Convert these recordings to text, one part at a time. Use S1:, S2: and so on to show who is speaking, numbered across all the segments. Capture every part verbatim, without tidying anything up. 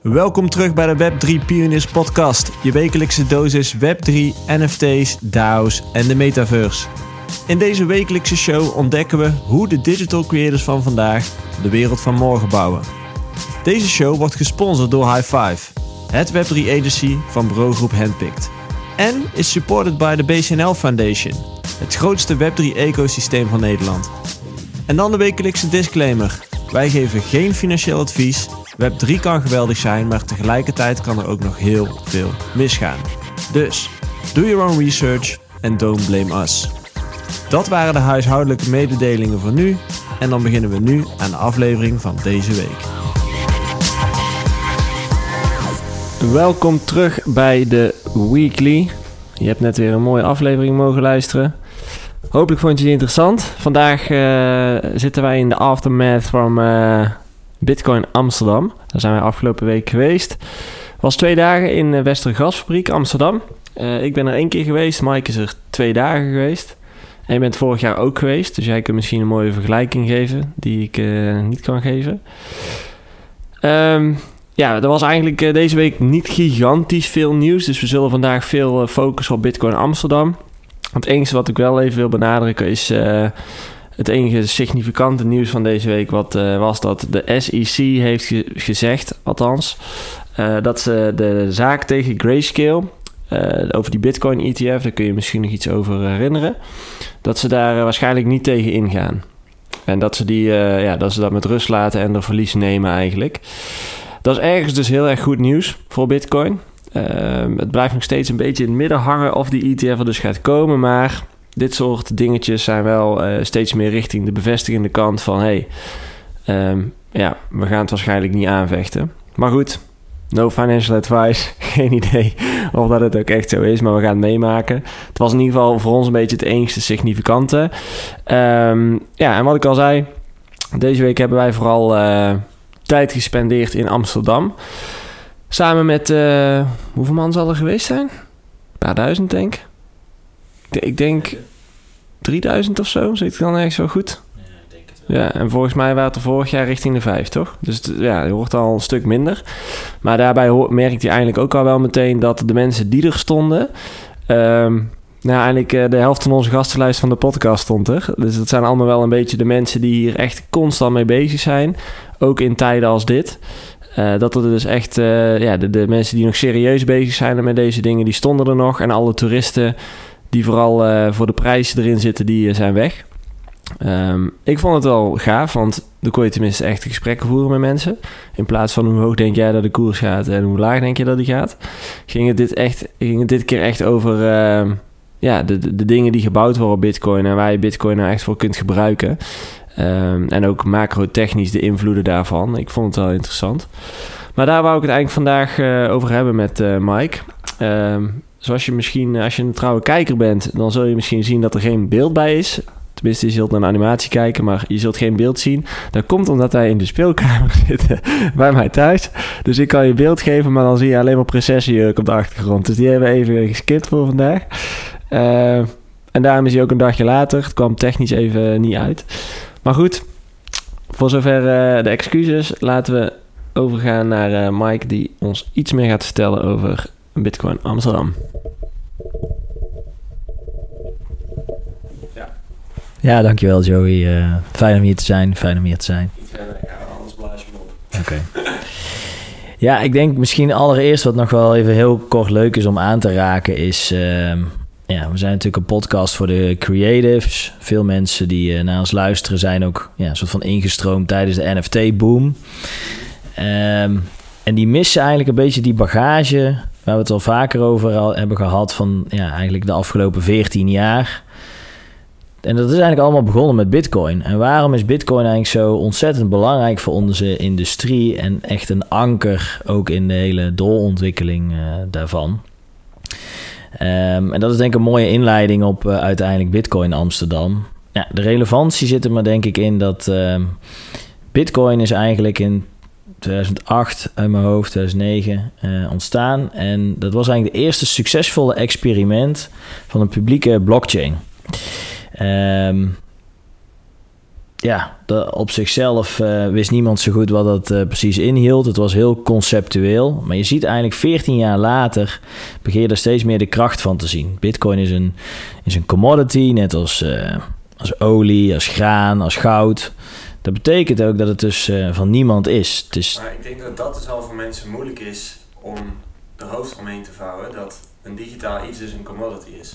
S1: Welkom terug bij de Web drie Pioniers podcast. Je wekelijkse dosis Web drie, N F T's, D A O's en de metaverse. In deze wekelijkse show ontdekken we hoe de digital creators van vandaag de wereld van morgen bouwen. Deze show wordt gesponsord door High Five, het Web drie agency van bureaugroep Handpicked. En is supported by de B C N L Foundation, het grootste Web drie ecosysteem van Nederland. En dan de wekelijkse disclaimer. Wij geven geen financieel advies. Web drie kan geweldig zijn, maar tegelijkertijd kan er ook nog heel veel misgaan. Dus, do your own research and don't blame us. Dat waren de huishoudelijke mededelingen voor nu. En dan beginnen we nu aan de aflevering van deze week. Welkom terug bij de Weekly. Je hebt net weer een mooie aflevering mogen luisteren. Hopelijk vond je die interessant. Vandaag uh, zitten wij in de aftermath van uh, Bitcoin Amsterdam. Daar zijn wij afgelopen week geweest. Het was twee dagen in de Westergasfabriek Amsterdam. Uh, ik ben er één keer geweest. Mike is er twee dagen geweest. En je bent vorig jaar ook geweest. Dus jij kunt misschien een mooie vergelijking geven die ik uh, niet kan geven. Um, ja, er was eigenlijk uh, deze week niet gigantisch veel nieuws. Dus we zullen vandaag veel uh, focussen op Bitcoin Amsterdam. Het enige wat ik wel even wil benadrukken is uh, het enige significante nieuws van deze week wat uh, was dat de S E C heeft ge- gezegd, althans, uh, dat ze de zaak tegen Grayscale, uh, over die Bitcoin E T F, daar kun je misschien nog iets over herinneren, dat ze daar uh, waarschijnlijk niet tegen ingaan. En dat ze, die, uh, ja, dat ze dat met rust laten en er verlies nemen eigenlijk. Dat is ergens dus heel erg goed nieuws voor Bitcoin. Uh, het blijft nog steeds een beetje in het midden hangen of die E T F er dus gaat komen. Maar dit soort dingetjes zijn wel uh, steeds meer richting de bevestigende kant van... hey, um, ja, we gaan het waarschijnlijk niet aanvechten. Maar goed, no financial advice. Geen idee of dat het ook echt zo is, maar we gaan het meemaken. Het was in ieder geval voor ons een beetje het enigste significante. Um, ja, en wat ik al zei, deze week hebben wij vooral uh, tijd gespendeerd in Amsterdam... Samen met, uh, hoeveel man zal er geweest zijn? Een paar duizend, denk ik. Ik denk drieduizend of zo, zit ik dan ergens wel goed?
S2: Ja, ik denk het wel.
S1: Ja, en volgens mij waren het er vorig jaar richting de vijf, toch? Dus het, ja, je hoort al een stuk minder. Maar daarbij ho- merkte je eigenlijk ook al wel meteen dat de mensen die er stonden... Um, nou, eigenlijk uh, de helft van onze gastenlijst van de podcast stond er. Dus dat zijn allemaal wel een beetje de mensen die hier echt constant mee bezig zijn. Ook in tijden als dit. Uh, dat er dus echt, uh, ja, de, de mensen die nog serieus bezig zijn met deze dingen, die stonden er nog. En alle toeristen die vooral uh, voor de prijs erin zitten, die uh, zijn weg. Um, ik vond het wel gaaf, want dan kon je tenminste echt gesprekken voeren met mensen. In plaats van hoe hoog denk jij dat de koers gaat en hoe laag denk je dat die gaat. Ging het dit, echt, ging het dit keer echt over uh, ja, de, de, de dingen die gebouwd worden op Bitcoin en waar je Bitcoin nou echt voor kunt gebruiken. Um, en ook macro-technisch de invloeden daarvan. Ik vond het wel interessant. Maar daar wou ik het eigenlijk vandaag uh, over hebben met uh, Mike. Um, zoals je misschien, als je een trouwe kijker bent, dan zul je misschien zien dat er geen beeld bij is. Tenminste, je zult naar een animatie kijken, maar je zult geen beeld zien. Dat komt omdat wij in de speelkamer zitten bij mij thuis. Dus ik kan je beeld geven, maar dan zie je alleen maar prinsessenjurk op de achtergrond. Dus die hebben we even geskipt voor vandaag. Uh, en daarom is hij ook een dagje later. Het kwam technisch even niet uit. Maar goed, voor zover uh, de excuses, laten we overgaan naar uh, Mike, die ons iets meer gaat vertellen over Bitcoin Amsterdam.
S2: Ja, ja dankjewel Joey. Uh, fijn om hier te zijn, fijn om hier te zijn.
S1: Iets verder, ja, anders blaas je hem op.
S2: Oké. Okay. Ja, ik denk misschien allereerst wat nog wel even heel kort leuk is om aan te raken is... Uh, Ja, we zijn natuurlijk een podcast voor de creatives. Veel mensen die uh, naar ons luisteren zijn ook ja, een soort van ingestroomd tijdens de N F T-boom. Um, en die missen eigenlijk een beetje die bagage waar we het al vaker over al hebben gehad van ja, eigenlijk de afgelopen veertien jaar. En dat is eigenlijk allemaal begonnen met Bitcoin. En waarom is Bitcoin eigenlijk zo ontzettend belangrijk voor onze industrie en echt een anker ook in de hele doorontwikkeling uh, daarvan? Um, en dat is denk ik een mooie inleiding op uh, uiteindelijk Bitcoin Amsterdam. Ja, de relevantie zit er maar denk ik in dat uh, Bitcoin is eigenlijk in tweeduizend acht uit mijn hoofd, tweeduizend negen uh, ontstaan. En dat was eigenlijk de eerste succesvolle experiment van een publieke blockchain. Um, ja, de, op zichzelf uh, wist niemand zo goed wat dat uh, precies inhield. Het was heel conceptueel. Maar je ziet eigenlijk veertien jaar later begin je er steeds meer de kracht van te zien. Bitcoin is een, is een commodity, net als, uh, als olie, als graan, als goud. Dat betekent ook dat het dus uh, van niemand is. Het is.
S1: Maar ik denk dat dat dus al voor mensen moeilijk is om de hoofd omheen te vouwen. Dat een digitaal iets dus een commodity is.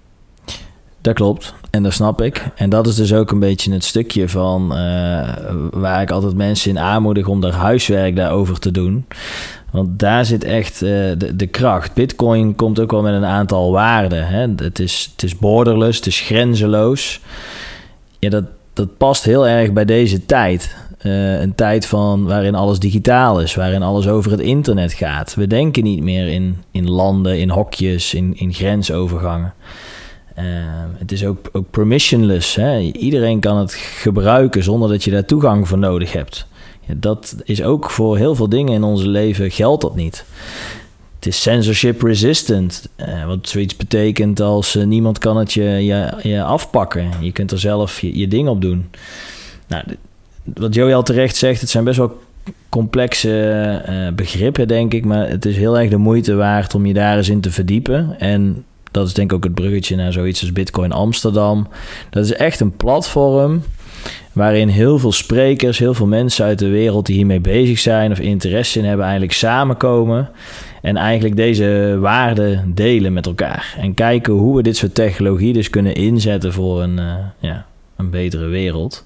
S2: Dat klopt. En dat snap ik. En dat is dus ook een beetje het stukje van uh, waar ik altijd mensen in aanmoedig om daar huiswerk daarover te doen. Want daar zit echt uh, de, de kracht. Bitcoin komt ook wel met een aantal waarden. Hè? Het is, het is borderless, het is grenzeloos. Ja, dat, dat past heel erg bij deze tijd. Uh, een tijd van waarin alles digitaal is, waarin alles over het internet gaat. We denken niet meer in, in landen, in hokjes, in, in grensovergangen. Uh, het is ook, ook permissionless. Hè? Iedereen kan het gebruiken zonder dat je daar toegang voor nodig hebt. Ja, dat is ook voor heel veel dingen in ons leven geldt dat niet. Het is censorship resistant. Uh, wat zoiets betekent als uh, niemand kan het je, je, je afpakken. Je kunt er zelf je, je ding op doen. Nou, wat Joey al terecht zegt, het zijn best wel complexe uh, begrippen, denk ik. Maar het is heel erg de moeite waard om je daar eens in te verdiepen. En dat is denk ik ook het bruggetje naar zoiets als Bitcoin Amsterdam. Dat is echt een platform waarin heel veel sprekers, heel veel mensen uit de wereld die hiermee bezig zijn of interesse in hebben, eigenlijk samenkomen en eigenlijk deze waarden delen met elkaar. En kijken hoe we dit soort technologie dus kunnen inzetten voor een, uh, ja, een betere wereld.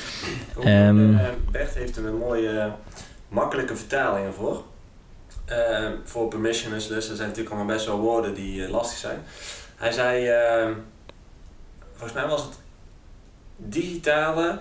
S1: Um, Bert heeft er een mooie, makkelijke vertaling ervoor. Uh, voor permissionless, dus er zijn natuurlijk allemaal best wel woorden die uh, lastig zijn. Hij zei, uh, volgens mij was het digitale,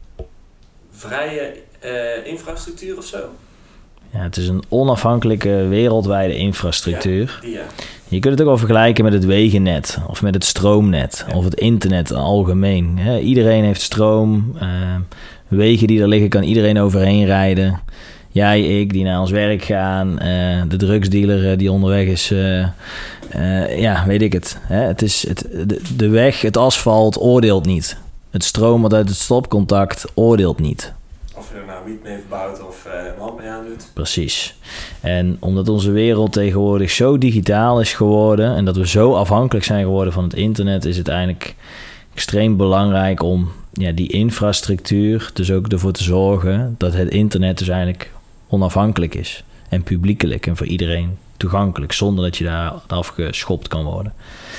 S1: vrije uh, infrastructuur of zo.
S2: Ja, het is een onafhankelijke wereldwijde infrastructuur.
S1: Ja, die, ja.
S2: Je kunt het ook wel vergelijken met het wegennet of met het stroomnet, ja, of het internet algemeen. He, iedereen heeft stroom, uh, wegen die er liggen kan iedereen overheen rijden. Jij, ik, die naar ons werk gaan, uh, de drugsdealer die onderweg is, uh, uh, ja, weet ik het. Hè? Het is het, de, de weg, het asfalt oordeelt niet. Het stroom wat uit het stopcontact oordeelt niet.
S1: Of je er nou wiet mee verbouwt of uh, een lamp mee aandoet.
S2: Precies. En omdat onze wereld tegenwoordig zo digitaal is geworden en dat we zo afhankelijk zijn geworden van het internet, is het eigenlijk extreem belangrijk om ja, die infrastructuur dus ook ervoor te zorgen dat het internet dus eigenlijk onafhankelijk is en publiekelijk en voor iedereen toegankelijk, zonder dat je daar afgeschopt kan worden.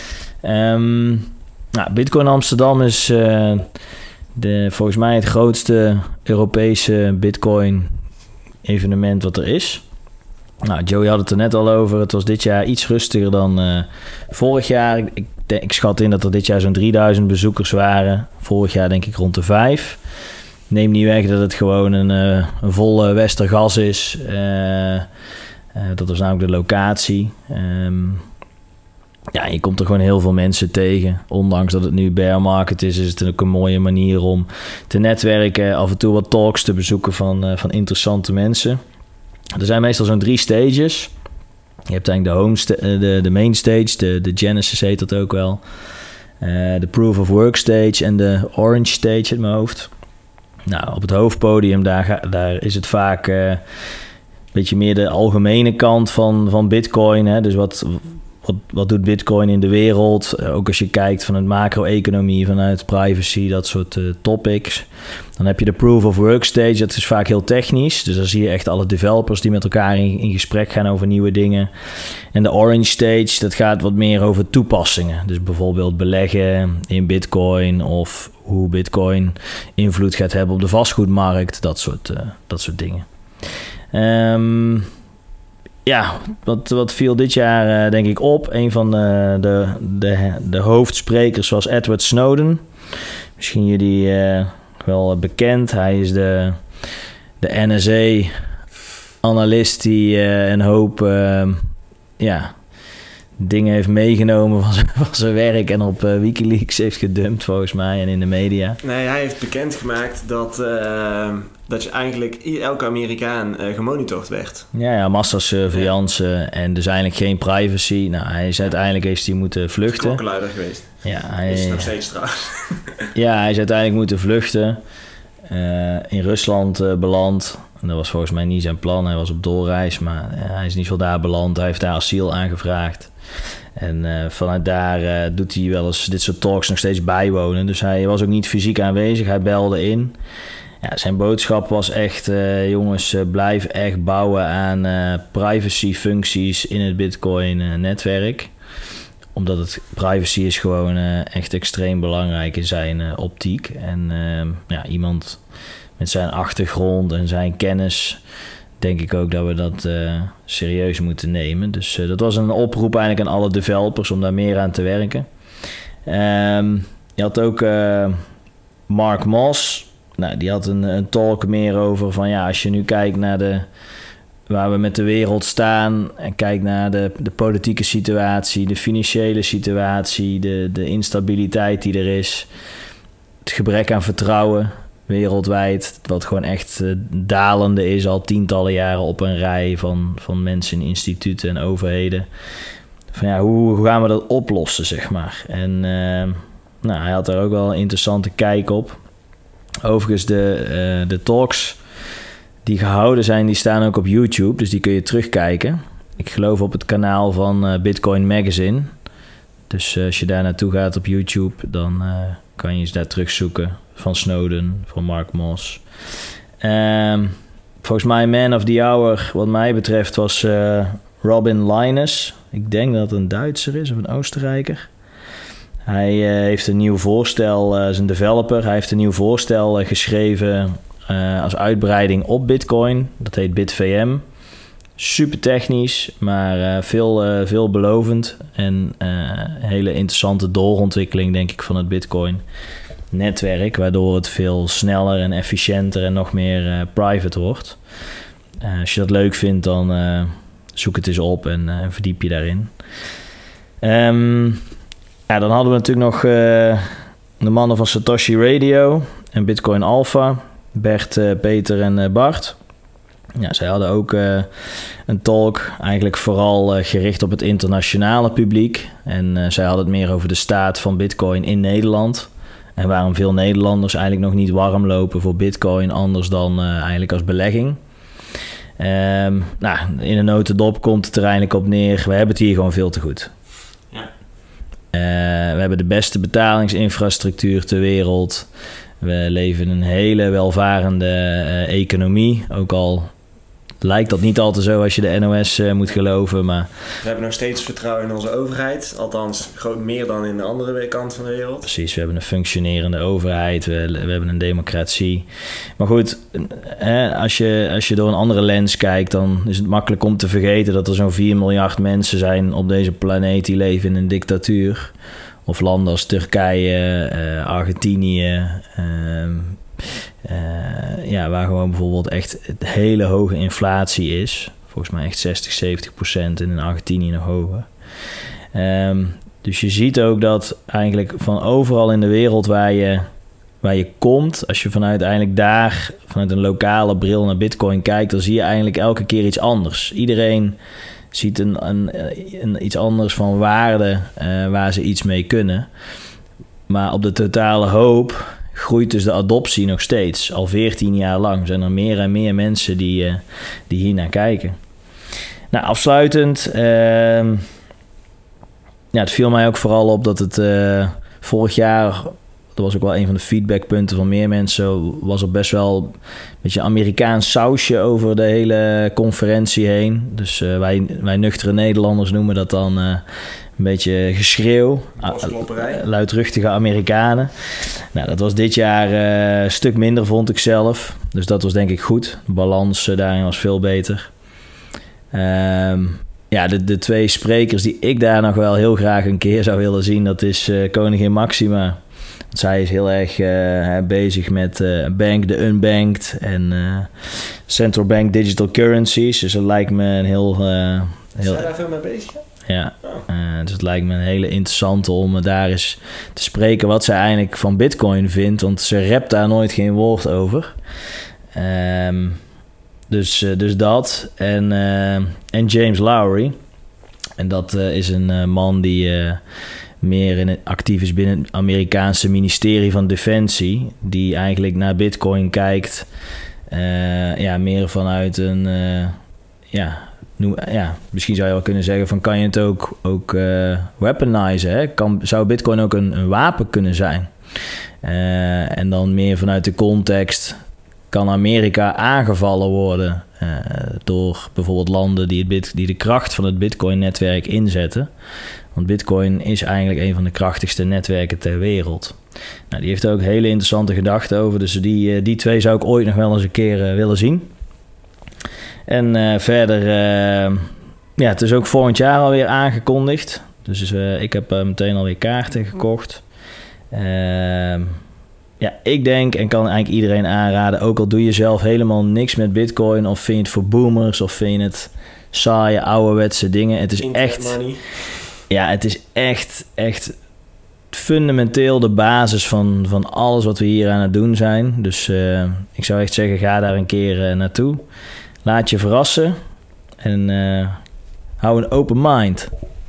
S2: Um, nou, Bitcoin Amsterdam is uh, de, volgens mij het grootste Europese Bitcoin evenement wat er is. Nou, Joey had het er net al over. Het was dit jaar iets rustiger dan uh, vorig jaar. Ik, ik, ik schat in dat er dit jaar zo'n drieduizend bezoekers waren. Vorig jaar denk ik rond de vijf. Neem niet weg dat het gewoon een, uh, een volle Westergas is. Uh, uh, dat was namelijk de locatie. Um, ja, je komt er gewoon heel veel mensen tegen. Ondanks dat het nu bear market is, is het ook een mooie manier om te netwerken. Af en toe wat talks te bezoeken van, uh, van interessante mensen. Er zijn meestal zo'n drie stages. Je hebt eigenlijk de, home sta- de, de main stage, de, de Genesis heet dat ook wel. Uh, de Proof of Work stage en de Orange stage in mijn hoofd. Nou, op het hoofdpodium, daar, ga, daar is het vaak uh, een beetje meer de algemene kant van, van Bitcoin. Hè? Dus wat, wat, wat doet Bitcoin in de wereld? Uh, ook als je kijkt vanuit macro-economie, vanuit privacy, dat soort uh, topics. Dan heb je de Proof of Work stage, dat is vaak heel technisch. Dus dan zie je echt alle developers die met elkaar in, in gesprek gaan over nieuwe dingen. En de Orange stage, dat gaat wat meer over toepassingen. Dus bijvoorbeeld beleggen in Bitcoin of hoe Bitcoin invloed gaat hebben op de vastgoedmarkt. Dat soort, uh, dat soort dingen. Um, ja, wat, wat viel dit jaar uh, denk ik op? Een van de, de, de, de hoofdsprekers was Edward Snowden. Misschien jullie uh, wel bekend. Hij is de, de N S A-analyst die uh, een hoop uh, ja, dingen heeft meegenomen van zijn, van zijn werk en op uh, Wikileaks heeft gedumpt volgens mij en in de media.
S1: Nee, hij heeft bekendgemaakt dat, uh, dat je eigenlijk elke Amerikaan uh, gemonitord werd.
S2: Ja, ja, massasurveillance uh, en dus eigenlijk geen privacy. Nou, hij is uiteindelijk heeft hij moeten vluchten.
S1: Klokkenluider geweest.
S2: Ja, hij
S1: is nog steeds trouwens.
S2: Ja, hij is uiteindelijk moeten vluchten. uh, in Rusland uh, beland. En dat was volgens mij niet zijn plan. Hij was op doorreis, maar uh, hij is in ieder geval daar beland. Hij heeft daar asiel aangevraagd. En uh, vanuit daar uh, doet hij wel eens dit soort talks nog steeds bijwonen. Dus hij was ook niet fysiek aanwezig. Hij belde in. Ja, zijn boodschap was echt... Uh, jongens, uh, blijf echt bouwen aan uh, privacy functies in het Bitcoin-netwerk. Uh, Omdat het privacy is gewoon uh, echt extreem belangrijk in zijn uh, optiek. En uh, ja, iemand met zijn achtergrond en zijn kennis... denk ik ook dat we dat uh, serieus moeten nemen. Dus uh, dat was een oproep eigenlijk aan alle developers om daar meer aan te werken. Um, je had ook uh, Mark Moss. Nou, die had een, een talk meer over van ja, als je nu kijkt naar de waar we met de wereld staan en kijkt naar de, de politieke situatie, de financiële situatie, de, de instabiliteit die er is, het gebrek aan vertrouwen wereldwijd, wat gewoon echt uh, dalende is al tientallen jaren op een rij van, van mensen in instituten en overheden. Van ja, hoe, hoe gaan we dat oplossen, zeg maar. En uh, nou, hij had daar ook wel een interessante kijk op. Overigens, de, uh, de talks die gehouden zijn, die staan ook op YouTube, dus die kun je terugkijken. Ik geloof op het kanaal van uh, Bitcoin Magazine. Dus uh, als je daar naartoe gaat op YouTube, dan uh, kan je eens daar terugzoeken. Van Snowden, van Mark Moss. Um, volgens mij Man of the Hour, wat mij betreft, was uh, Robin Linus. Ik denk dat het een Duitser is of een Oostenrijker. Hij uh, heeft een nieuw voorstel, uh, is een developer. Hij heeft een nieuw voorstel uh, geschreven uh, als uitbreiding op Bitcoin. Dat heet BitVM. Super technisch, maar uh, veel, uh, veelbelovend. En uh, een hele interessante doorontwikkeling, denk ik, van het Bitcoin netwerk, waardoor het veel sneller en efficiënter en nog meer uh, private wordt. Uh, als je dat leuk vindt, dan uh, zoek het eens op en uh, verdiep je daarin. Um, ja, dan hadden we natuurlijk nog uh, de mannen van Satoshi Radio en Bitcoin Alpha, Bert, uh, Peter en uh, Bart. Ja, zij hadden ook uh, een talk, eigenlijk vooral uh, gericht op het internationale publiek. En uh, zij hadden het meer over de staat van Bitcoin in Nederland. En waarom veel Nederlanders eigenlijk nog niet warm lopen voor Bitcoin, anders dan uh, eigenlijk als belegging. Um, nou, in een notendop komt het er eigenlijk op neer. We hebben het hier gewoon veel te goed. Ja. Uh, we hebben de beste betalingsinfrastructuur ter wereld. We leven in een hele welvarende uh, economie. Ook al lijkt dat niet altijd zo als je de N O S uh, moet geloven. Maar
S1: we hebben nog steeds vertrouwen in onze overheid. Althans, gewoon meer dan in de andere kant van de wereld.
S2: Precies, we hebben een functionerende overheid. We, we hebben een democratie. Maar goed, hè, als, je, als je door een andere lens kijkt, dan is het makkelijk om te vergeten dat er zo'n vier miljard mensen zijn op deze planeet die leven in een dictatuur. Of landen als Turkije, uh, Argentinië. Uh, uh, ja, waar gewoon bijvoorbeeld echt hele hoge inflatie is. Volgens mij echt zestig, zeventig procent en in Argentinië nog hoger. Um, dus je ziet ook dat eigenlijk van overal in de wereld waar je, waar je komt, als je vanuit eigenlijk daar, vanuit een lokale bril naar Bitcoin kijkt, dan zie je eigenlijk elke keer iets anders. Iedereen ziet een, een, een, iets anders van waarde uh, waar ze iets mee kunnen. Maar op de totale hoop groeit dus de adoptie nog steeds. Al veertien jaar lang zijn er meer en meer mensen die, uh, die hier naar kijken. Nou, afsluitend. Uh, ja, het viel mij ook vooral op dat het uh, vorig jaar, dat was ook wel een van de feedbackpunten van meer mensen, was er best wel een beetje Amerikaans sausje over de hele conferentie heen. Dus uh, wij, wij nuchtere Nederlanders noemen dat dan uh, een beetje geschreeuw.
S1: Borstklopperij.
S2: Luidruchtige Amerikanen. Nou, dat was dit jaar uh, een stuk minder, vond ik zelf. Dus dat was denk ik goed. De balans uh, daarin was veel beter. Um, ja, de, de twee sprekers die ik daar nog wel heel graag een keer zou willen zien, dat is uh, koningin Maxima. Want zij is heel erg uh, bezig met uh, bank the unbanked en uh, central bank digital currencies. Dus dat lijkt me een heel... Uh, heel
S1: Zijn daar veel mee bezig?
S2: Ja, uh, dus het lijkt me een hele interessante om daar eens te spreken wat zij eigenlijk van Bitcoin vindt. Want ze rapt daar nooit geen woord over. Um, dus, uh, dus dat. En, uh, en James Lowry. En dat uh, is een uh, man die... Uh, meer in het, actief is binnen het Amerikaanse ministerie van Defensie, die eigenlijk naar Bitcoin kijkt, uh, ja, meer vanuit een, uh, ja, noem, ja, misschien zou je wel kunnen zeggen van, kan je het ook, ook uh, weaponizen, hè? Kan, zou Bitcoin ook een, een wapen kunnen zijn? Uh, en dan meer vanuit de context, kan Amerika aangevallen worden uh, door bijvoorbeeld landen die, het bit, die de kracht van het Bitcoin-netwerk inzetten. Want Bitcoin is eigenlijk een van de krachtigste netwerken ter wereld. Nou, die heeft er ook hele interessante gedachten over. Dus die, die twee zou ik ooit nog wel eens een keer uh, willen zien. En uh, verder, uh, ja, het is ook volgend jaar alweer aangekondigd. Dus uh, ik heb uh, meteen alweer kaarten gekocht. Uh, ja, ik denk en kan eigenlijk iedereen aanraden, ook al doe je zelf helemaal niks met Bitcoin, of vind je het voor boomers, of vind je het saaie, ouderwetse dingen. Het is Internet echt... Money. Ja, het is echt, echt fundamenteel de basis van, van alles wat we hier aan het doen zijn. Dus uh, ik zou echt zeggen, ga daar een keer uh, naartoe. Laat je verrassen. En uh, hou een open mind.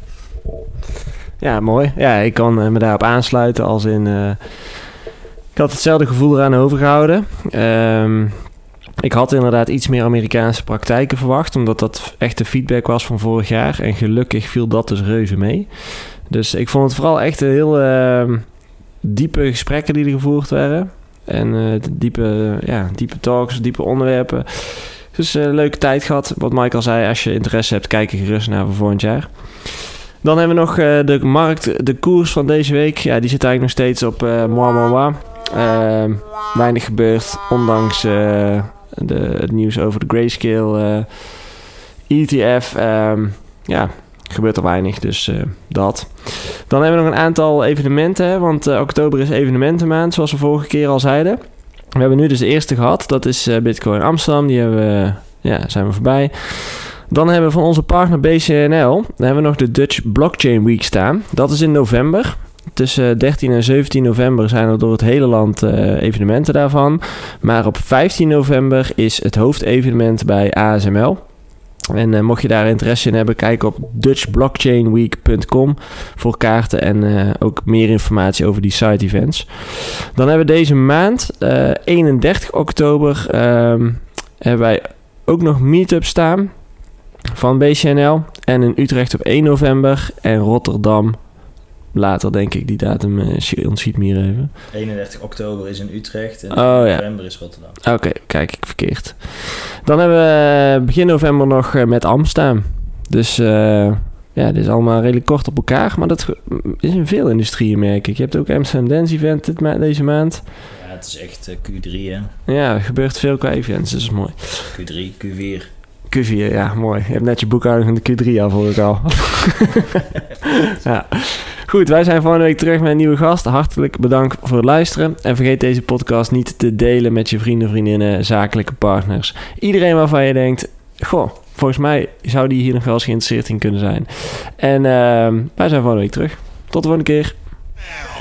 S1: Ja, mooi. Ja, ik kan uh, me daarop aansluiten als in... Uh, ik had hetzelfde gevoel eraan overgehouden. Um, Ik had inderdaad iets meer Amerikaanse praktijken verwacht, omdat dat echt de feedback was van vorig jaar. En gelukkig viel dat dus reuze mee. Dus ik vond het vooral echt een heel uh, diepe gesprekken die er gevoerd werden. En uh, diepe, ja, diepe talks, diepe onderwerpen. Dus een uh, leuke tijd gehad. Wat Michael zei, als je interesse hebt, kijk er gerust naar voor volgend jaar. Dan hebben we nog uh, de markt, de koers van deze week. Ja, die zit eigenlijk nog steeds op uh, moi, moi, moi. Uh, weinig gebeurd, ondanks... Uh, De, het nieuws over de Grayscale uh, E T F. Um, ja, gebeurt er weinig, dus uh, dat. Dan hebben we nog een aantal evenementen, hè, want uh, oktober is evenementenmaand, zoals we vorige keer al zeiden. We hebben nu dus de eerste gehad, dat is uh, Bitcoin Amsterdam, die hebben we, ja, zijn we voorbij. Dan hebben we van onze partner B C N L, dan hebben we nog de Dutch Blockchain Week staan. Dat is in november. Tussen dertien en zeventien november zijn er door het hele land uh, evenementen daarvan. Maar op vijftien november is het hoofdevenement bij A S M L. En uh, mocht je daar interesse in hebben, kijk op dutch blockchain week punt com voor kaarten en uh, ook meer informatie over die side events. Dan hebben we deze maand, uh, eenendertig oktober, uh, hebben wij ook nog meetup staan van B C N L. En in Utrecht op één november en Rotterdam later, denk ik, die datum uh, ontschiet me hier even.
S2: eenendertig oktober is in Utrecht en
S1: oh,
S2: november
S1: ja.
S2: is Rotterdam.
S1: Oké, okay, kijk ik verkeerd. Dan hebben we begin november nog uh, met Am staan. Dus uh, ja, dit is allemaal redelijk kort op elkaar. Maar dat is in veel industrieën, merk ik. Je hebt ook Amsterdam Dance Event dit ma- deze maand.
S2: Ja, het is echt uh, Q drie, hè?
S1: Ja, er gebeurt veel qua events, dus dat is mooi.
S2: Q drie, Q vier.
S1: Q vier, ja, mooi. Je hebt net je boekhouding van de Q drie af, hoor ik al. Ja. Goed, wij zijn volgende week terug met een nieuwe gast. Hartelijk bedankt voor het luisteren. En vergeet deze podcast niet te delen met je vrienden, vriendinnen, zakelijke partners. Iedereen waarvan je denkt, goh, volgens mij zou die hier nog wel eens geïnteresseerd in kunnen zijn. En uh, wij zijn volgende week terug. Tot de volgende keer.